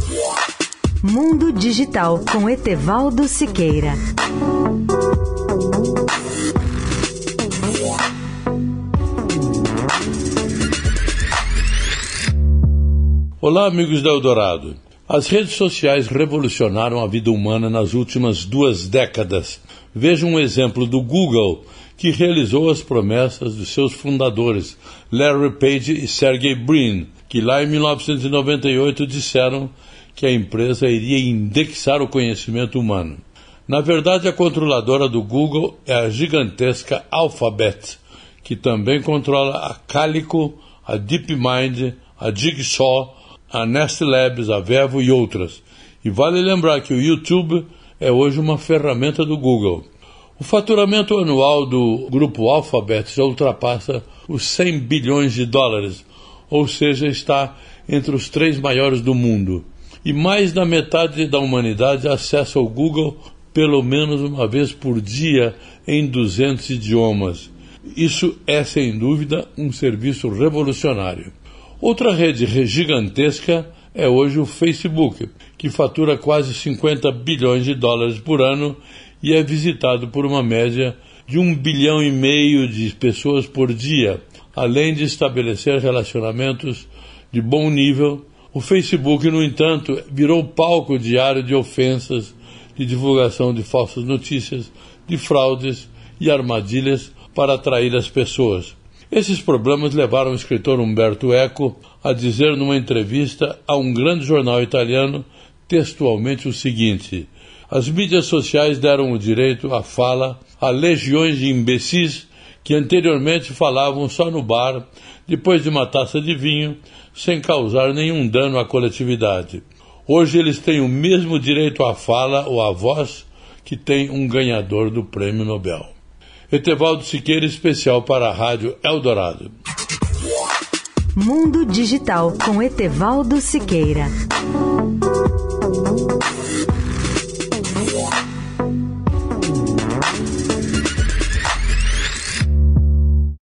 Mundo Digital com Etevaldo Siqueira. Olá, amigos da Eldorado. As redes sociais revolucionaram a vida humana nas últimas 2 décadas. Veja um exemplo do Google, que realizou as promessas de seus fundadores, Larry Page e Sergey Brin, que lá em 1998 disseram que a empresa iria indexar o conhecimento humano. Na verdade, a controladora do Google é a gigantesca Alphabet, que também controla a Calico, a DeepMind, a Jigsaw, a Nest Labs, a Vevo e outras. E vale lembrar que o YouTube é hoje uma ferramenta do Google. O faturamento anual do grupo Alphabet já ultrapassa os 100 bilhões de dólares, ou seja, está entre os 3 maiores do mundo. E mais da metade da humanidade acessa o Google pelo menos uma vez por dia em 200 idiomas. Isso é, sem dúvida, um serviço revolucionário. Outra rede gigantesca é hoje o Facebook, que fatura quase 50 bilhões de dólares por ano e é visitado por uma média de 1,5 bilhão de pessoas por dia. Além de estabelecer relacionamentos de bom nível, o Facebook, no entanto, virou palco diário de ofensas, de divulgação de falsas notícias, de fraudes e armadilhas para atrair as pessoas. Esses problemas levaram o escritor Umberto Eco a dizer numa entrevista a um grande jornal italiano textualmente o seguinte: as mídias sociais deram o direito à fala a legiões de imbecis que anteriormente falavam só no bar, depois de uma taça de vinho, sem causar nenhum dano à coletividade. Hoje eles têm o mesmo direito à fala ou à voz que tem um ganhador do Prêmio Nobel. Etevaldo Siqueira, especial para a Rádio Eldorado. Mundo Digital com Etevaldo Siqueira.